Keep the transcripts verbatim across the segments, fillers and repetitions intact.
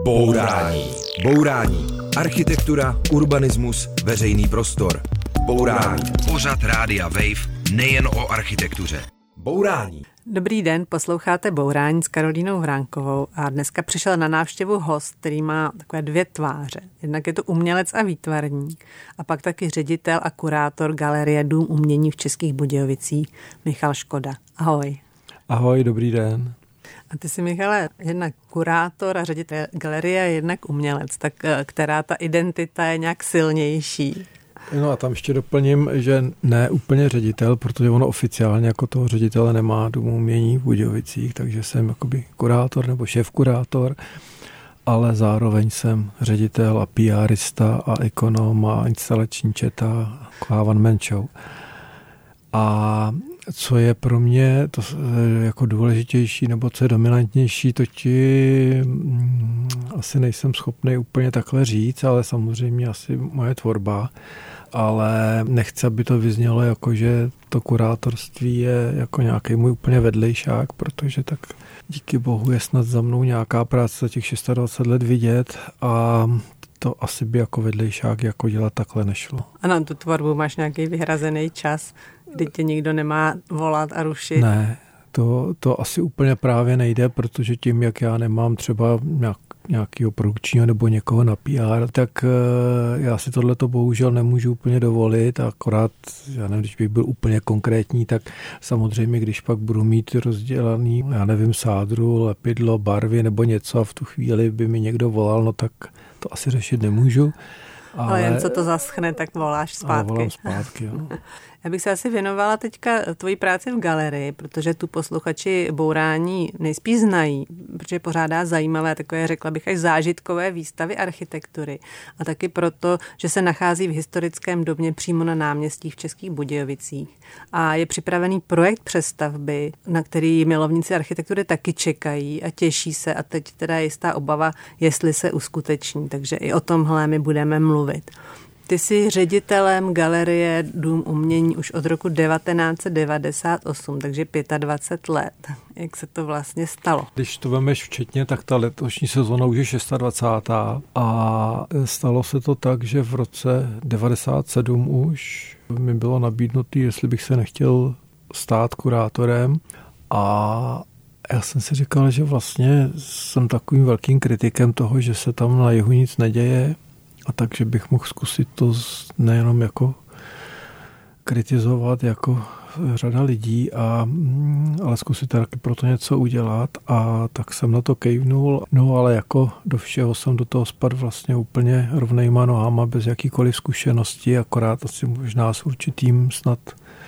Bourání. Bourání. Architektura, urbanismus, veřejný prostor. Bourání. Pořad Rádia Wave nejen o architektuře. Bourání. Dobrý den, posloucháte Bourání s Karolínou Vránkovou a dneska přišel na návštěvu host, který má takové dvě tváře. Jednak je to umělec a výtvarník a pak taky ředitel a kurátor Galerie Dům umění v Českých Budějovicích Michal Škoda. Ahoj. Ahoj, dobrý den. A ty jsi, Michale, jednak kurátor a ředitel galerie, jednak umělec, tak která ta identita je nějak silnější? No a tam ještě doplním, že ne úplně ředitel, protože ono oficiálně jako toho ředitele nemá Dům umění v Budějovicích, takže jsem jakoby kurátor nebo šéfkurátor, ale zároveň jsem ředitel a PRista a ekonom a instalační četa a one man show. A co je pro mě to jako důležitější nebo co je dominantnější, to ti mm, asi nejsem schopný úplně takhle říct, ale samozřejmě asi moje tvorba. Ale nechci, aby to vyznělo jako, že to kurátorství je jako nějaký můj úplně vedlejšák, protože tak díky bohu je snad za mnou nějaká práce za těch dvacet šest let vidět a to asi by jako vedlejšák jako dělat takhle nešlo. A na tu tvorbu máš nějaký vyhrazený čas, kdy tě nikdo nemá volat a rušit? Ne, to, to asi úplně právě nejde, protože tím, jak já nemám třeba nějak nějakého produkčního nebo někoho na P R, tak já si tohleto bohužel nemůžu úplně dovolit, akorát, já nevím, když bych byl úplně konkrétní, tak samozřejmě, když pak budu mít rozdělaný, já nevím, sádru, lepidlo, barvy nebo něco a v tu chvíli by mi někdo volal, no tak to asi řešit nemůžu. Ale, ale jen co to zaschne, tak voláš zpátky. volám zpátky, jo. Já bych se asi věnovala teďka tvojí práci v galerii, protože tu posluchači Bourání nejspíš znají, protože pořádá zajímavé takové, řekla bych, až zážitkové výstavy architektury. A taky proto, že se nachází v historickém domě přímo na náměstí v Českých Budějovicích. A je připravený projekt přestavby, na který milovníci architektury taky čekají a těší se. A teď teda je jistá obava, jestli se uskuteční. Takže i o tomhle my budeme mluvit. Ty jsi ředitelem Galerie Dům umění už od roku devatenáct set devadesát osm, takže dvacet pět let. Jak se to vlastně stalo? Když to vemeš včetně, tak ta letošní sezona už je dvacátá šestá a stalo se to tak, že v roce devadesát sedm už mi bylo nabídnutý, jestli bych se nechtěl stát kurátorem a já jsem si říkal, že vlastně jsem takovým velkým kritikem toho, že se tam na jihu nic neděje, a takže bych mohl zkusit to nejenom jako kritizovat jako řada lidí, a, ale zkusit taky pro to něco udělat. A tak jsem na to kejvnul. No ale jako do všeho jsem do toho spadl vlastně úplně rovnejma nohama, bez jakýkoliv zkušenosti, akorát asi možná s určitým snad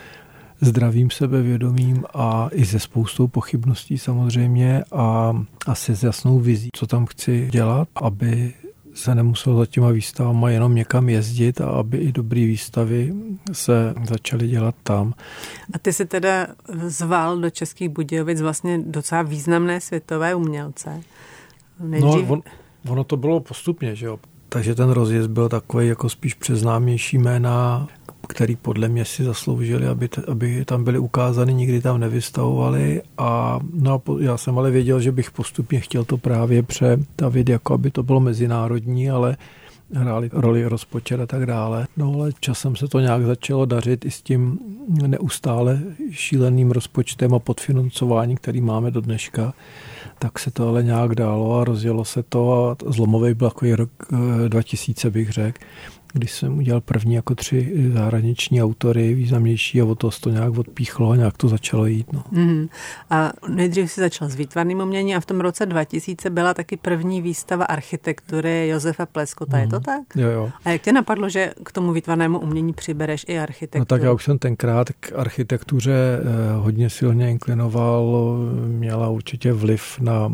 zdravým sebevědomím a i se spoustou pochybností samozřejmě a asi s jasnou vizí, co tam chci dělat, aby se nemuselo za těma výstavama jenom někam jezdit a aby i dobré výstavy se začaly dělat tam. A ty si teda zval do Českých Budějovic vlastně docela významné světové umělce. Nejdřív... No, on, ono to bylo postupně, že jo. Takže ten rozjezd byl takový jako spíš přeznámější jména, který podle mě si zasloužili, aby, t- aby tam byli ukázány, nikdy tam nevystavovali. A no, já jsem ale věděl, že bych postupně chtěl to právě přetavit, jako aby to bylo mezinárodní, ale hráli roli rozpočet a tak dále. No ale časem se to nějak začalo dařit i s tím neustále šíleným rozpočtem a podfinancováním, který máme do dneška. Tak se to ale nějak dálo a rozjelo se to a zlomový byl takový rok dva tisíce, bych řekl, když jsem udělal první jako tři zahraniční autory, významnější, a od toho to nějak odpíchlo a nějak to začalo jít. No. Mm. A nejdřív si začal s výtvarným uměním a v tom roce dva tisíce byla taky první výstava architektury Josefa Pleskota, mm. je to tak? Jo, jo. A jak tě napadlo, že k tomu výtvarnému umění přibereš i architekturu? No tak já už jsem tenkrát k architektuře hodně silně inklinoval, měla určitě vliv na,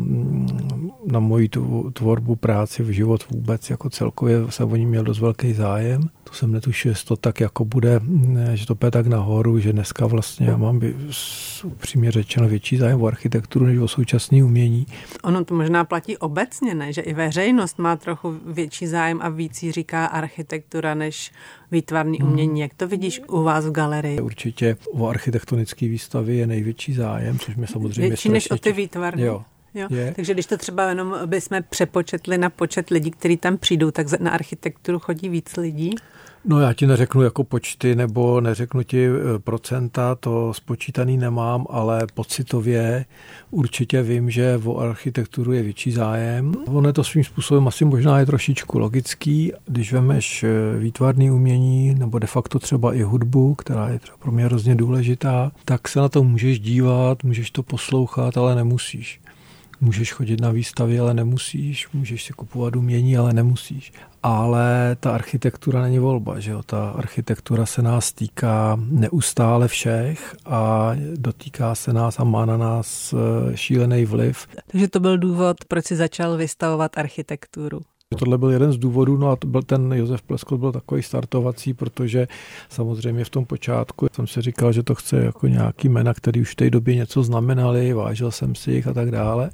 na moji tvorbu, práci, v život vůbec, jako celkově se o ní měl dost velký zájem. zájem. To jsem netušil, že to tak jako bude, že to půjde tak nahoru, že dneska vlastně já mám upřímně řečeno větší zájem o architekturu než o současné umění. Ono to možná platí obecně, ne? Že i veřejnost má trochu větší zájem a víc jí říká architektura než výtvarný umění. Jak to vidíš u vás v galerii? Určitě o architektonické výstavy je největší zájem, což mě samozřejmě větší než o ty výtvarné. Jo. Jo. je. Takže když to třeba jenom bychom přepočetli na počet lidí, kteří tam přijdou, tak na architekturu chodí víc lidí? No já ti neřeknu jako počty, nebo neřeknu ti procenta, to spočítaný nemám, ale pocitově určitě vím, že o architekturu je větší zájem. Ono je to svým způsobem asi možná je trošičku logický, když vemeš výtvarné umění, nebo de facto třeba i hudbu, která je třeba pro mě hrozně důležitá, tak se na to můžeš dívat, můžeš to poslouchat, ale nemusíš. Můžeš chodit na výstavy, ale nemusíš. Můžeš si kupovat umění, ale nemusíš. Ale ta architektura není volba, že jo? Ta architektura se nás týká neustále všech a dotýká se nás a má na nás šílený vliv. Takže to byl důvod, proč si začal vystavovat architekturu. Tohle byl jeden z důvodů, no a to byl ten Josef Pleskot byl takový startovací, protože samozřejmě v tom počátku jsem si říkal, že to chce jako nějaký jména, který už v té době něco znamenali, vážil jsem si jich a tak dále.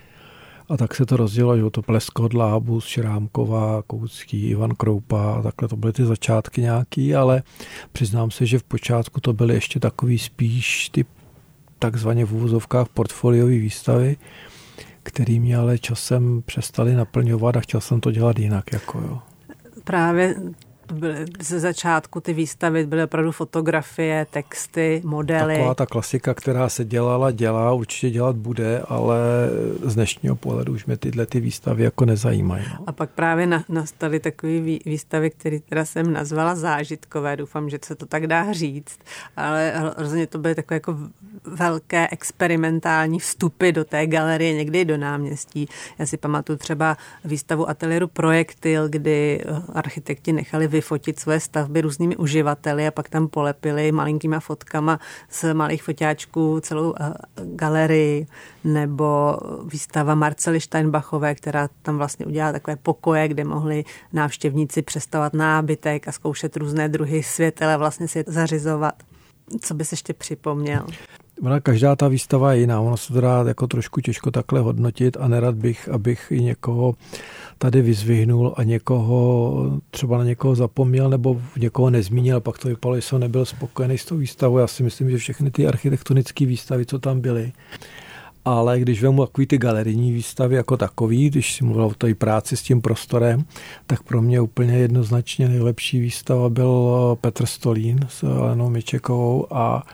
A tak se to rozdělo, že to Pleskot, Lábus, Šrámková, Koucký, Ivan Kroupa a takhle to byly ty začátky nějaký, ale přiznám se, že v počátku to byly ještě takový spíš ty takzvaně v úvozovkách portfoliové výstavy, který mě ale časem přestali naplňovat a chtěl jsem to dělat jinak. Jako jo. Právě byly ze začátku ty výstavy byly opravdu fotografie, texty, modely. Taková ta klasika, která se dělala, dělá, určitě dělat bude, ale z dnešního pohledu už mě tyhle ty výstavy jako nezajímají. No. A pak právě na, nastaly takové výstavy, které teda jsem nazvala zážitkové. Doufám, že se to tak dá říct, ale hrozně to byly takové jako velké experimentální vstupy do té galerie, někdy do náměstí. Já si pamatuju třeba výstavu ateliéru Projektil, kdy architekti nechali vyfotit své stavby různými uživateli a pak tam polepili malinkýma fotkama z malých foťáčků celou galerii, nebo výstava Marcely Steinbachové, která tam vlastně udělala takové pokoje, kde mohli návštěvníci přestavovat nábytek a zkoušet různé druhy světel a vlastně si je zařizovat. Co bys ještě připomněl? Ona každá ta výstava je jiná, ono se to dá jako trošku těžko takhle hodnotit a nerad bych, abych i někoho tady vyzvihnul a někoho, třeba na někoho zapomněl nebo někoho nezmínil, pak to vypadalo, že jsem nebyl spokojený s tou výstavou. Já si myslím, že všechny ty architektonické výstavy, co tam byly, ale když vemu takový ty galerijní výstavy jako takový, když si mluvil o té práci s tím prostorem, tak pro mě úplně jednoznačně nejlepší výstava byl Petr Stolín s Alenou Mičekovou a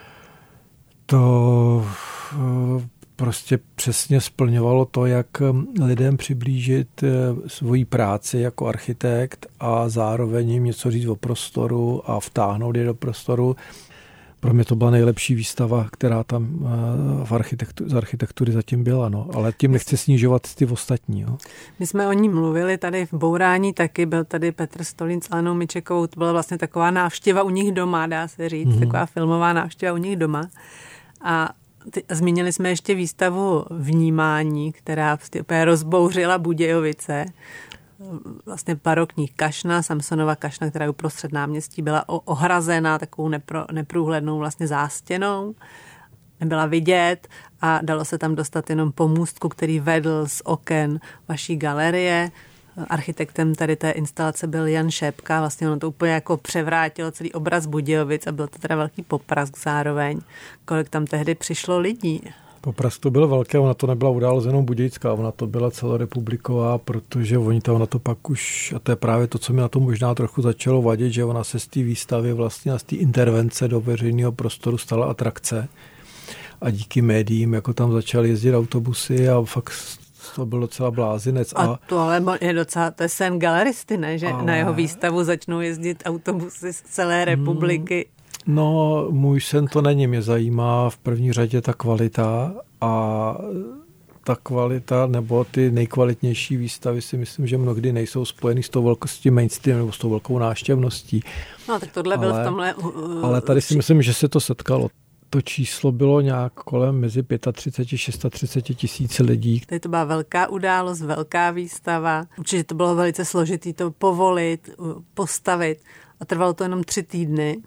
to prostě přesně splňovalo to, jak lidem přiblížit svoji práci jako architekt a zároveň jim něco říct o prostoru a vtáhnout je do prostoru. Pro mě to byla nejlepší výstava, která tam v architektu, z architektury zatím byla, no. Ale tím nechci snižovat ty ostatní. Jo. My jsme o ní mluvili tady v Bourání taky, byl tady Petr Stolín s Alenou Mičekovou, to byla vlastně taková návštěva u nich doma, dá se říct, mm-hmm. taková filmová návštěva u nich doma. A ty, zmínili jsme ještě výstavu Vnímání, která úplně rozbouřila Budějovice. Vlastně barokní kašna, Samsonova kašna, která uprostřed náměstí byla ohrazená takovou nepro, neprůhlednou vlastně zástěnou. Nebyla vidět a dalo se tam dostat jenom po můstku, který vedl z oken vaší galerie. Architektem tady té instalace byl Jan Šépka, vlastně ono to úplně jako převrátilo celý obraz Budějovic a byl to teda velký poprask zároveň. Kolik tam tehdy přišlo lidí? Poprask to bylo velké, ona to nebyla událost jenom budějická, ona to byla celorepubliková, protože oni tam na to pak už, a to je právě to, co mi na to možná trochu začalo vadit, že ona se z té výstavy vlastně a z té intervence do veřejného prostoru stala atrakce a díky médiím jako tam začaly jezdit autobusy a fakt to byl docela blázinec. A, a to ale je docela, to je sen galeristy, ne? Že ale... na jeho výstavu začnou jezdit autobusy z celé republiky. Hmm. No, můj sen to není, mě zajímá v první řadě ta kvalita a ta kvalita nebo ty nejkvalitnější výstavy si myslím, že mnohdy nejsou spojený s tou velkostí mainstream nebo s tou velkou návštěvností. No, tak tohle ale, byl v tomhle... Uh, ale tady si myslím, že se to setkalo. To číslo bylo nějak kolem mezi třicet pět až třicet šest tisíc lidí. Tady to byla velká událost, velká výstava. Určitě to bylo velice složitý to povolit, postavit a trvalo to jenom tři týdny.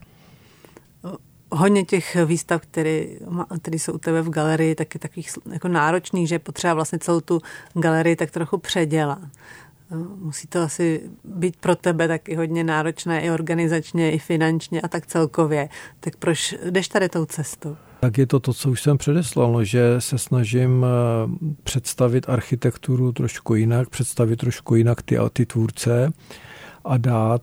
Hodně těch výstav, které, které jsou u tebe v galerii, tak je takových jako náročných, že je potřeba vlastně celou tu galerii tak trochu předělat. Musí to asi být pro tebe taky hodně náročné i organizačně, i finančně a tak celkově. Tak proč jdeš tady tou cestou? Tak je to to, co už jsem předeslal, no, že se snažím představit architekturu trošku jinak, představit trošku jinak ty, ty tvůrce a dát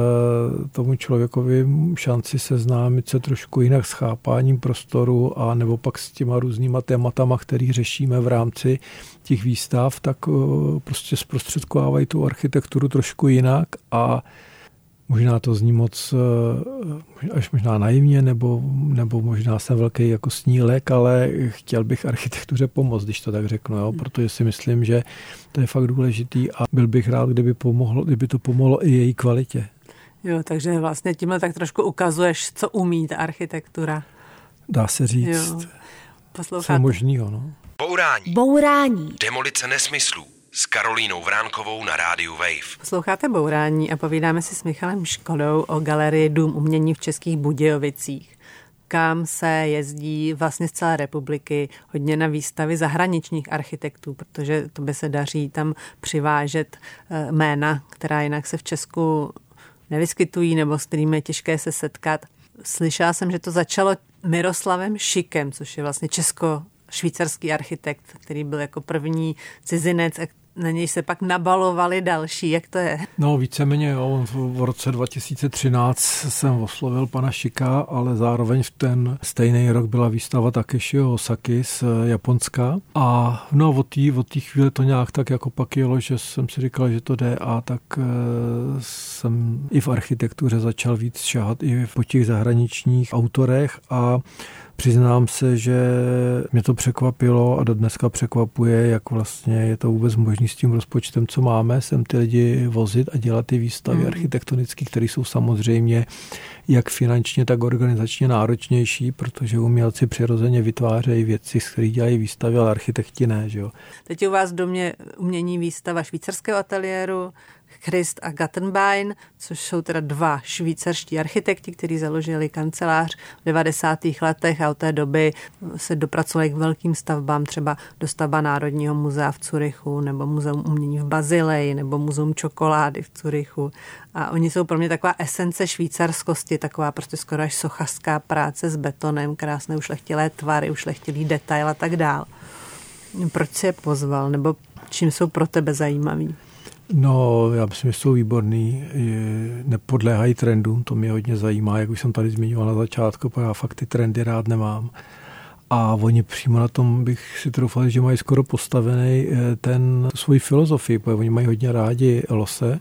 tomu člověkovi šanci seznámit se trošku jinak s chápáním prostoru a nebo pak s těma různýma tématama, který řešíme v rámci těch výstav, tak prostě zprostředkovávají tu architekturu trošku jinak a možná to zní moc až možná naivně, nebo, nebo možná jsem velký jako snílek, ale chtěl bych architektuře pomoct, když to tak řeknu, jo? Protože si myslím, že to je fakt důležitý a byl bych rád, kdyby, pomohlo, kdyby to pomohlo i její kvalitě. Jo, takže vlastně tímhle tak trošku ukazuješ, co umí ta architektura. Dá se říct, co je možnýho. No? Bourání. Bourání. Demolice nesmyslů. S Karolínou Vránkovou na rádiu Wave. Posloucháte Bourání a povídáme si s Michalem Škodou o galerii Dům umění v Českých Budějovicích, kam se jezdí vlastně z celé republiky hodně na výstavy zahraničních architektů, protože to by se daří tam přivážet jména, která jinak se v Česku nevyskytují nebo s kterými je těžké se setkat. Slyšela jsem, že to začalo Miroslavem Šikem, což je vlastně česko-švýcarský architekt, který byl jako první cizinec, na něj se pak nabalovali další. Jak to je? No víceméně jo, v roce dva tisíce třináct jsem oslovil pana Šika, ale zároveň v ten stejný rok byla výstava Takeshiho Osaki z Japonska a no od té od té chvíle to nějak tak jako pak jelo, že jsem si říkal, že to jde a tak e, jsem i v architektuře začal víc šahat i po těch zahraničních autorech a přiznám se, že mě to překvapilo a do dneska překvapuje, jak vlastně je to vůbec možný s tím rozpočtem, co máme, sem ty lidi vozit a dělat ty výstavy mm. architektonické, které jsou samozřejmě jak finančně, tak organizačně náročnější, protože umělci přirozeně vytvářejí věci, z kterých dělají výstavy, ale architekti ne, že jo. Teď je u vás v domě umění výstava švýcarského ateliéru Christ a Gattenbein, což jsou teda dva švýcarští architekti, kteří založili kancelář v devadesátých letech a od té doby se dopracovali k velkým stavbám, třeba dostavba Národního muzea v Curychu, nebo Muzeum umění v Bazileji, nebo Muzeum čokolády v Curychu. A oni jsou pro mě taková esence švýcarskosti, taková prostě skoro až sochařská práce s betonem, krásné ušlechtilé tvary, ušlechtilý detail a tak dál. Proč jsi je pozval, nebo čím jsou pro tebe zajímaví? No, já myslím, že jsou výborný, nepodléhají trendům, to mě hodně zajímá, jak už jsem tady zmiňoval na začátku, protože já fakt ty trendy rád nemám. A oni přímo na tom bych si troufal, že mají skoro postavený ten svoji filozofii, protože oni mají hodně rádi lose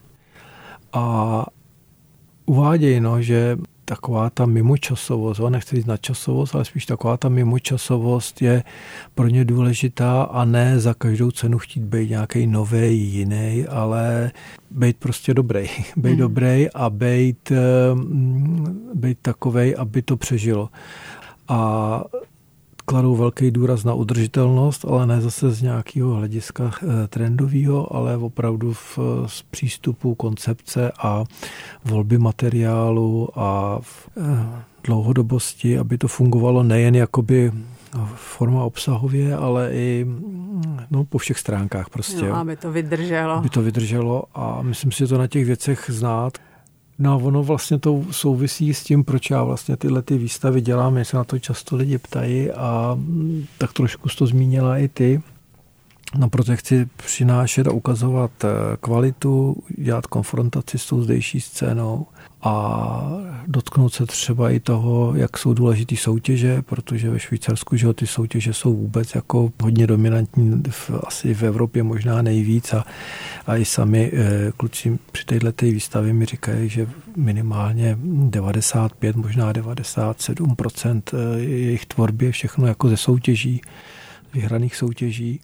a uvádějí, no, že taková ta mimočasovost, nechci říct nadčasovost, ale spíš taková ta mimočasovost je pro ně důležitá a ne za každou cenu chtít být nějaký nový, jiný, ale být prostě dobrý. Být mm. dobrý a být, být takovej, aby to přežilo. A kladou velký důraz na udržitelnost, ale ne zase z nějakého hlediska trendového, ale opravdu v, z přístupu, koncepce a volby materiálu a v dlouhodobosti, aby to fungovalo nejen jakoby forma obsahově, ale i no, po všech stránkách prostě. No, aby to vydrželo. Aby to vydrželo a myslím si, že to na těch věcech znát. No ono vlastně to souvisí s tím, proč já vlastně tyhle ty výstavy dělám, mě se na to často lidi ptají a tak trošku jsi to zmínila i ty. No protože chci přinášet a ukazovat kvalitu, dělat konfrontaci s tou zdejší scénou a dotknout se třeba i toho, jak jsou důležitý soutěže, protože ve Švýcarsku, že ty soutěže jsou vůbec jako hodně dominantní, v, asi v Evropě možná nejvíc a, a i sami e, kluci při této výstavě mi říkají, že minimálně devadesát pět, možná devadesát sedm procent jejich tvorby je všechno jako ze soutěží, vyhraných soutěží.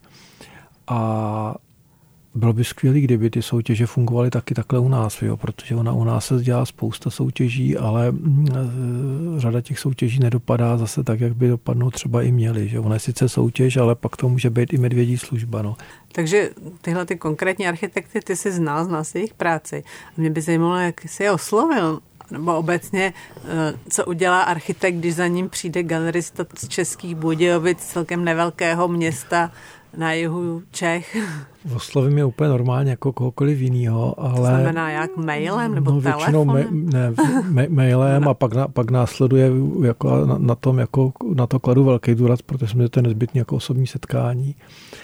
A bylo by skvělé, kdyby ty soutěže fungovaly taky takhle u nás, jo? Protože ona u nás se dělá spousta soutěží, ale řada těch soutěží nedopadá zase tak, jak by dopadnout třeba i měly. Že? Ona je sice soutěž, ale pak to může být i medvědí služba. No. Takže tyhle ty konkrétní architekty ty jsi znal, znal jsi jejich práci. A mě by zajímalo, jak jsi je oslovil, nebo obecně, co udělá architekt, když za ním přijde galerista z Českých Budějovic, celkem nevelkého města, na jihu Čech. Oslovím je úplně normálně jako kohokoliv jinýho, ale... To znamená jak mailem nebo no, telefonem? Ma- ne, ma- mailem a pak, na, pak následuje jako na, na tom, jako na to kladu velký důraz, protože jsme to je nezbytné jako osobní setkání.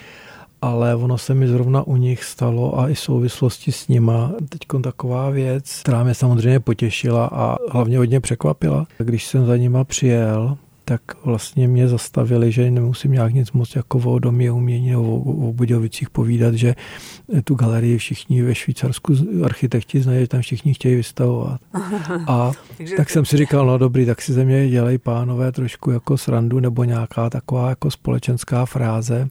Ale ono se mi zrovna u nich stalo a i v souvislosti s nima teďkon taková věc, která mě samozřejmě potěšila a hlavně hodně překvapila. Když jsem za nima přijel, tak vlastně mě zastavili, že nemusím nějak nic moc jako o domě umění nebo o Budějovicích povídat, že tu galerii všichni ve Švýcarsku architekti znají, že tam všichni chtějí vystavovat. A tak jsem si říkal, no dobrý, tak si ze mě dělej pánové trošku jako srandu nebo nějaká taková jako společenská fráze.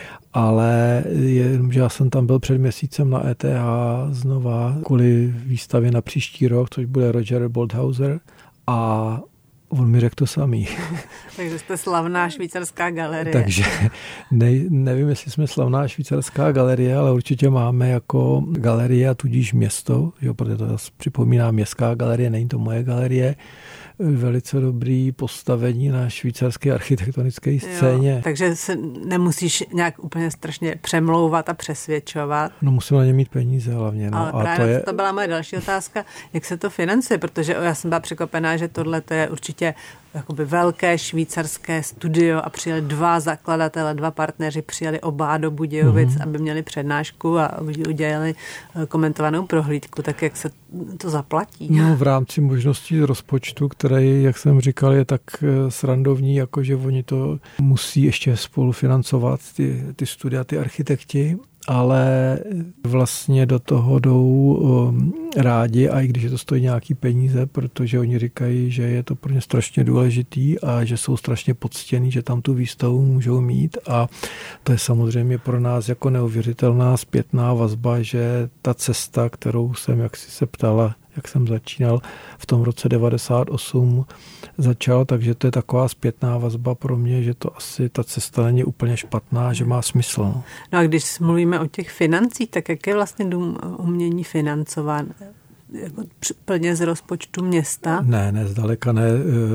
Ale jenom, že já jsem tam byl před měsícem na E T H znova kvůli výstavě na příští rok, což bude Roger Bolthauser a on mi řekl to samý. Takže jste slavná švýcarská galerie. Takže ne, nevím, jestli jsme slavná švýcarská galerie, ale určitě máme jako galerie a tudíž město, jo, protože to zase připomíná městská galerie, není to moje galerie, velice dobrý postavení na švýcarské architektonické scéně. Jo, takže se nemusíš nějak úplně strašně přemlouvat a přesvědčovat. No musím na ně mít peníze hlavně. No. Ale a právě to, je... to byla moje další otázka, jak se to financuje, protože já jsem byla překvapená, že tohle to je určitě jakoby velké švýcarské studio a přijeli dva zakladatele, dva partneři, přijeli oba do Budějovic, mm-hmm. aby měli přednášku a udělali komentovanou prohlídku, tak jak se to zaplatí? No v rámci možností rozpočtu, který, jak jsem říkal, je tak srandovní, jako že oni to musí ještě spolufinancovat, ty, ty studia, ty architekti, ale vlastně do toho jdou um, rádi, a i když to stojí nějaký peníze, protože oni říkají, že je to pro ně strašně důležitý a že jsou strašně poctěný, že tam tu výstavu můžou mít, a to je samozřejmě pro nás jako neuvěřitelná zpětná vazba, že ta cesta, kterou jsem, jak jsi se ptala, jak jsem začínal, v tom roce devadesát osm začal, takže to je taková zpětná vazba pro mě, že to asi ta cesta není úplně špatná, že má smysl. No, no a když mluvíme o těch financích, tak jak je vlastně dům umění financován? Jako plně z rozpočtu města? Ne, ne, zdaleka ne.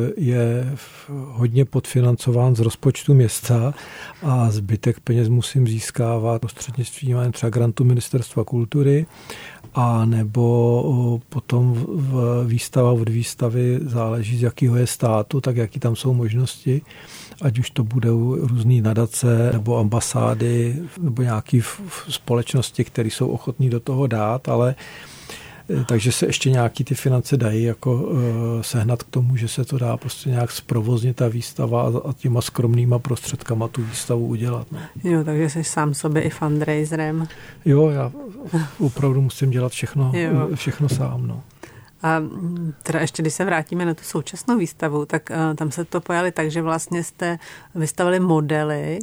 Je hodně podfinancován z rozpočtu města a zbytek peněz musím získávat prostřednictvím třeba grantu Ministerstva kultury, a nebo potom v výstava od výstavy, záleží z jakého je státu, tak jaký tam jsou možnosti, ať už to budou různý nadace nebo ambasády nebo nějaké společnosti, které jsou ochotní do toho dát, ale takže se ještě nějaký ty finance dají jako uh, sehnat k tomu, že se to dá prostě nějak zprovoznit ta výstava a těma skromnýma prostředkama tu výstavu udělat. No. Jo, takže jsi sám sobě i fundraiserem. Jo, já opravdu musím dělat všechno, všechno sám. No. A teda ještě, když se vrátíme na tu současnou výstavu, tak uh, tam se to pojali tak, že vlastně jste vystavili modely.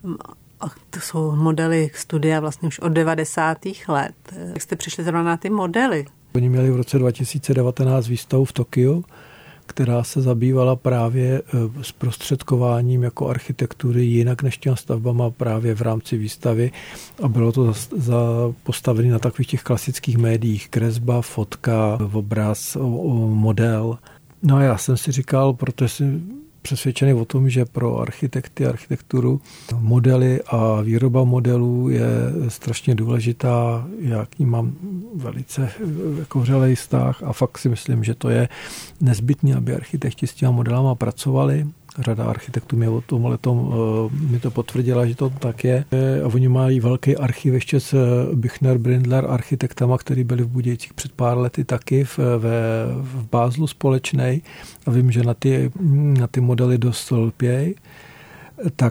A to jsou modely studia vlastně už od devadesátých let. Jak jste přišli zrovna na ty modely? Oni měli v roce dva tisíce devatenáct výstavu v Tokiu, která se zabývala právě zprostředkováním jako architektury jinak než těma stavbama právě v rámci výstavy, a bylo to za, za postavené na takových těch klasických médiích, kresba, fotka, obraz, o, o model. No a já jsem si říkal, protože si přesvědčený o tom, že pro architekty a architekturu modely a výroba modelů je strašně důležitá. Já k ní mám velice jako vřelej vztah a fakt si myslím, že to je nezbytné, aby architekti s těma modelama pracovali. Řada architektů mě o tom letom mi to potvrdila, že to tak je. A oni mají velký archiv ještě s Büchner Brindler architektama, který byli v Budějcích před pár lety taky v, ve, v Bázlu společnej. A vím, že na ty, na ty modely dost lpěj. Tak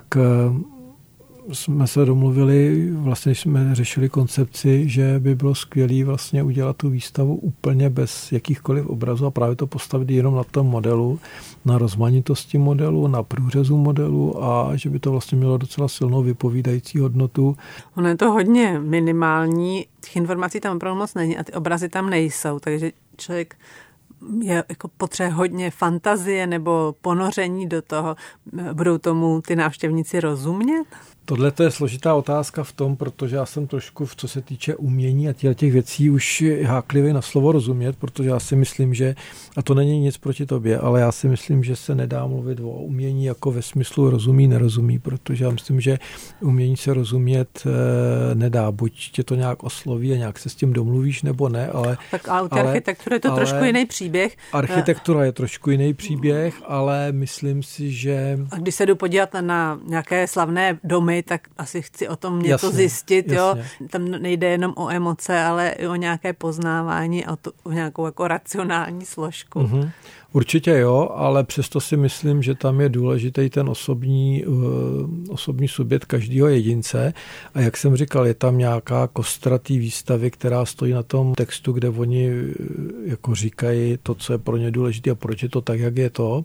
jsme se domluvili, vlastně jsme řešili koncepci, že by bylo skvělé vlastně udělat tu výstavu úplně bez jakýchkoliv obrazů a právě to postavit jenom na tom modelu, na rozmanitosti modelu, na průřezu modelu, a že by to vlastně mělo docela silnou vypovídající hodnotu. Ono je to hodně minimální, těch informací tam opravdu moc není a ty obrazy tam nejsou, takže člověk je jako potřeba hodně fantazie nebo ponoření do toho. Budou tomu ty návštěvníci rozumět? Tohle to je složitá otázka v tom, protože já jsem trošku, co se týče umění a těch věcí, už háklivý na slovo rozumět, protože já si myslím, že, a to není nic proti tobě, ale já si myslím, že se nedá mluvit o umění jako ve smyslu rozumí, nerozumí, protože já myslím, že umění se rozumět e, nedá. Buď tě to nějak osloví a nějak se s tím domluvíš, nebo ne, ale... Tak ale u té architektury je to trošku jiný příběh. Architektura je trošku jiný příběh, ale myslím si, že... A když se jdu podívat na nějaké slavné domy, tak asi chci o tom něco jasně, zjistit. Jasně. Jo? Tam nejde jenom o emoce, ale i o nějaké poznávání a o, to, o nějakou jako racionální složku. Mm-hmm. Určitě jo, ale přesto si myslím, že tam je důležitý ten osobní, uh, osobní subjekt každého jedince. A jak jsem říkal, je tam nějaká kostra té výstavy, která stojí na tom textu, kde oni uh, jako říkají to, co je pro ně důležité a proč je to tak, jak je to.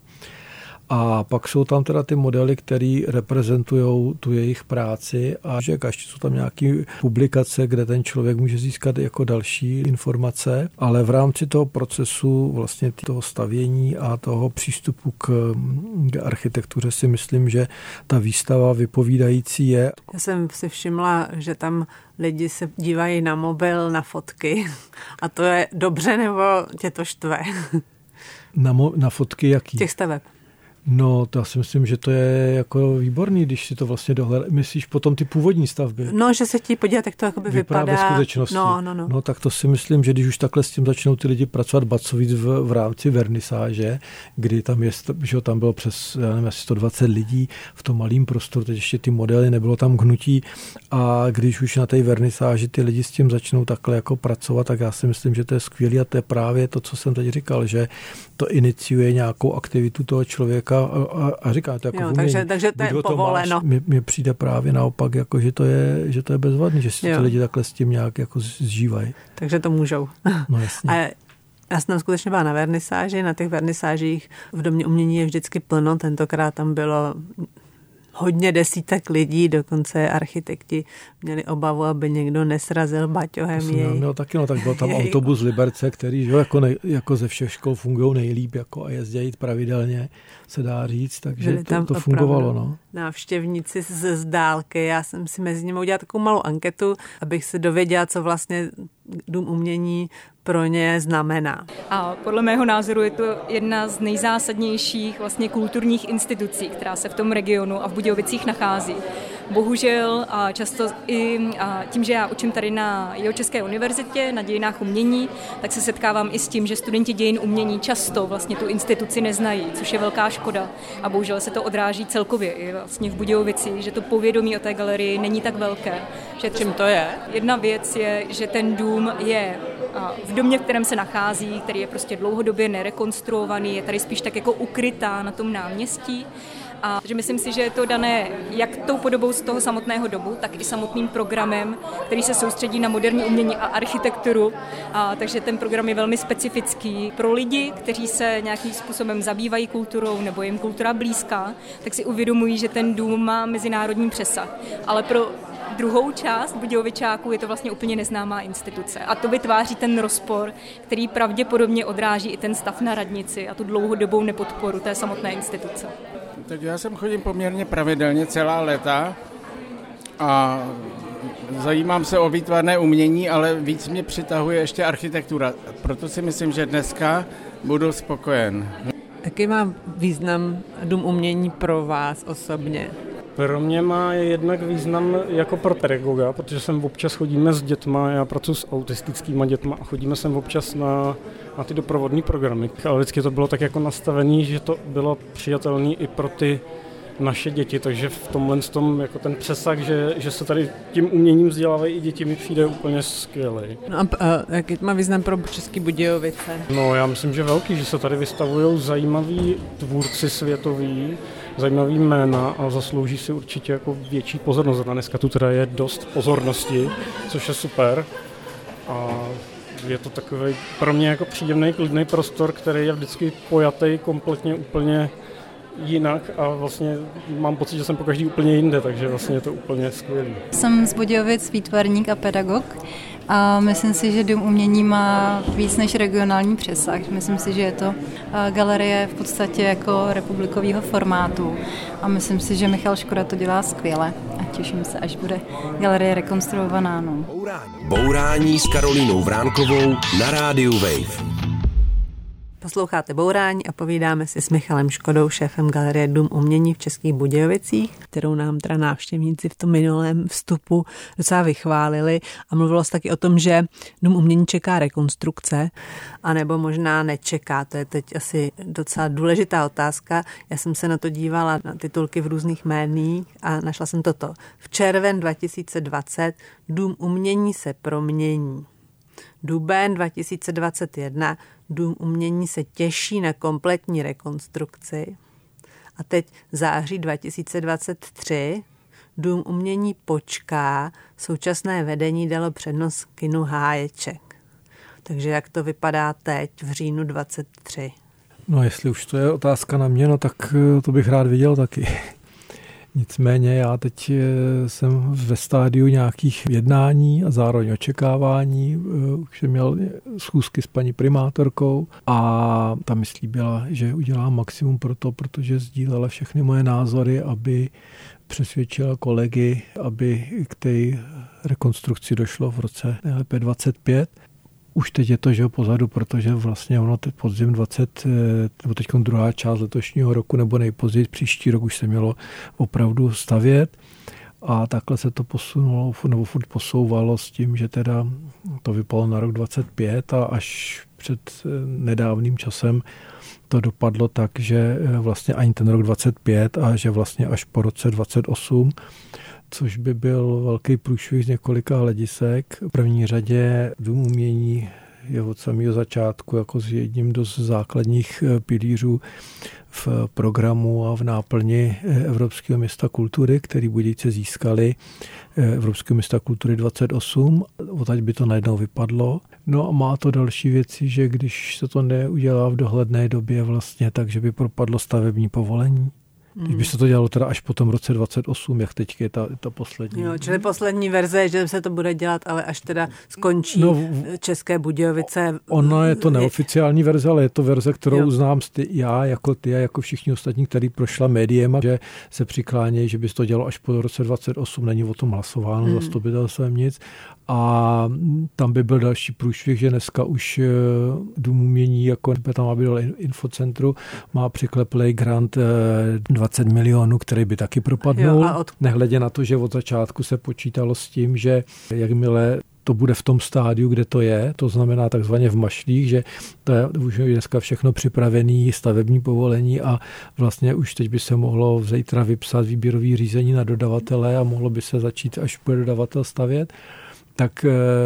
A pak jsou tam teda ty modely, které reprezentují tu jejich práci a že ještě jsou tam nějaké publikace, kde ten člověk může získat jako další informace, ale v rámci toho procesu vlastně toho stavění a toho přístupu k, k architektuře si myslím, že ta výstava vypovídající je. Já jsem si všimla, že tam lidi se dívají na mobil, na fotky a to je dobře, nebo tě to štve? Na, mo- na fotky jaký? Těch staveb. No, to já si myslím, že to je jako výborný, když si to vlastně dohledá. Myslíš potom ty původní stavby? No, že se chtějí podívat, jak to jakoby vypadá. Vypadá ve skutečnosti. No, no, no. no, tak to si myslím, že když už takhle s tím začnou ty lidi pracovat bacovíc v, v rámci vernisáže, kdy tam je, že tam bylo přes, já nevím, asi sto dvacet lidí v tom malém prostoru, teď ještě ty modely, nebylo tam hnutí a když už na té vernisáži ty lidi s tím začnou takhle jako pracovat, tak já si myslím, že to je skvělý a to je právě to, co jsem teď říkal, že to iniciuje nějakou aktivitu toho člověka a, a, a říká to jako jo, takže, takže to je povoleno. Mně přijde právě naopak, jako, že, to je, že to je bezvadný, že si ty lidi takhle s tím nějak jako zžívají. Takže to můžou. No jasně. A já jsem tam skutečně byla na vernisáži, na těch vernisážích v Domě umění je vždycky plno, tentokrát tam bylo hodně desítek lidí, dokonce architekti měli obavu, aby někdo nesrazil baťohem jej. Já měl taky, no tak byl tam jej. Autobus z Liberce, který že, jako, nej, jako ze všech škol fungují nejlíp jako, a jezdí pravidelně, se dá říct, takže to, to fungovalo. No. Návštěvníci ze zdálky, já jsem si mezi nimi udělala takovou malou anketu, abych se dověděla, co vlastně Dům umění pro ně znamená. A podle mého názoru je to jedna z nejzásadnějších vlastně kulturních institucí, která se v tom regionu a v Budějovicích nachází. Bohužel a často i a tím, že já učím tady na Jihočeské univerzitě, na dějinách umění, tak se setkávám i s tím, že studenti dějin umění často vlastně tu instituci neznají, což je velká škoda. A bohužel se to odráží celkově i vlastně v Budějovicích, že to povědomí o té galerii není tak velké. Že čím to je? Jedna věc je, že ten dům je v domě, v kterém se nachází, který je prostě dlouhodobě nerekonstruovaný, je tady spíš tak jako ukrytá na tom náměstí. A že myslím si, že je to dané jak tou podobou z toho samotného domu, tak i samotným programem, který se soustředí na moderní umění a architekturu. A takže ten program je velmi specifický pro lidi, kteří se nějakým způsobem zabývají kulturou nebo jim kultura blízká, tak si uvědomují, že ten dům má mezinárodní přesah. Ale pro druhou část Budějovičáků je to vlastně úplně neznámá instituce. A to vytváří ten rozpor, který pravděpodobně odráží i ten stav na radnici a tu dlouhodobou nepodporu té samotné instituce. Tak já sem chodím poměrně pravidelně celá léta a zajímám se o výtvarné umění, ale víc mě přitahuje ještě architektura. Proto si myslím, že dneska budu spokojen. Jaký má význam Dům umění pro vás osobně? Pro mě má jednak význam jako pro pedagoga, protože sem občas chodíme s dětma, já pracuji s autistickými dětma a chodíme sem občas na, na ty doprovodné programy. Ale vždycky to bylo tak jako nastavené, že to bylo přijatelné i pro ty naše děti, takže v tomhle tom jako ten přesah, že, že se tady tím uměním vzdělávají i děti, mi přijde úplně skvělý. No a, a jaký má význam pro Český Budějovice? No já myslím, že velký, že se tady vystavují zajímaví tvůrci světoví, zajímavý jména a zaslouží si určitě jako větší pozornost. A dneska tu teda je dost pozornosti, což je super. A je to takový pro mě jako příjemný, klidný prostor, který je vždycky pojatý kompletně úplně jinak a vlastně mám pocit, že jsem po každý úplně jinde, takže vlastně je to úplně skvělý. Jsem z Budějovic výtvarník a pedagog a myslím si, že Dům umění má víc než regionální přesah. Myslím si, že je to galerie v podstatě jako republikového formátu a myslím si, že Michal Škoda to dělá skvěle. těším se, až bude galerie rekonstruovaná. No. Bourání. Bourání s Karolínou Vránkovou na rádiu Wave. Posloucháte Bourání a povídáme si s Michalem Škodou, šéfem galerie Dům umění v Českých Budějovicích, kterou nám teda návštěvníci v tom minulém vstupu docela vychválili a mluvilo se taky o tom, že Dům umění čeká rekonstrukce, anebo možná nečeká. To je teď asi docela důležitá otázka. Já jsem se na to dívala na titulky v různých médiích a našla jsem toto. V červen dva tisíce dvacet Dům umění se promění. Duben dva tisíce dvacet jedna Dům umění se těší na kompletní rekonstrukci. A teď září dva tisíce dvacet tři Dům umění počká, současné vedení dalo přednost kinu Háječek. Takže jak to vypadá teď v říjnu dvacet tři? No jestli už to je otázka na mě, no tak to bych rád viděl taky. Nicméně já teď jsem ve stádiu nějakých jednání a zároveň očekávání. Už jsem měl schůzky s paní primátorkou a ta mi slíbila, že udělám maximum pro to, protože sdílela všechny moje názory, aby přesvědčila kolegy, aby k té rekonstrukci došlo v roce nejlépe dvacet pět. Už teď je to, že pozadu, protože vlastně ono teď podzim dvacet, nebo teď druhá část letošního roku, nebo nejpozději příští rok už se mělo opravdu stavět. A takhle se to posunulo, nebo furt posouvalo s tím, že teda to vypadalo na rok dvacet pět a až před nedávným časem to dopadlo tak, že vlastně ani ten rok dvacet pět a že vlastně až po roce dvacet osm, což by byl velký průšvih z několika hledisek. V první řadě Dům umění je od samého začátku jako s jedním z základních pilířů v programu a v náplni Evropského města kultury, který Budějce získali Evropského města kultury dvacet osm. Odtaď by to najednou vypadlo. No a má to další věci, že když se to neudělá v dohledné době vlastně, takže by propadlo stavební povolení. Když by se to dělalo teda až po tom roce dvacet osm, jak teď je ta, ta poslední. Jo, čili poslední verze, že se to bude dělat, ale až teda skončí no, České Budějovice. Ona je to neoficiální verze, ale je to verze, kterou jo. znám ty, já, jako ty a jako všichni ostatní, který prošla médiem, že se přiklánějí, že by se to dělalo až po roce dvacet osm, není o tom hlasováno, hmm. zastupitelstvem nic. A tam by byl další průšvih, že dneska už Dům umění, jako tam má být infocentru, má přikleplej grant dvacet milionů, který by taky propadnul. Jo, od... Nehledě na to, že od začátku se počítalo s tím, že jakmile to bude v tom stádiu, kde to je, to znamená takzvaně v mašlích, že to je už dneska všechno připravené, stavební povolení a vlastně už teď by se mohlo zítra vypsat výběrový řízení na dodavatele a mohlo by se začít, až bude dodavatel stavět. Tak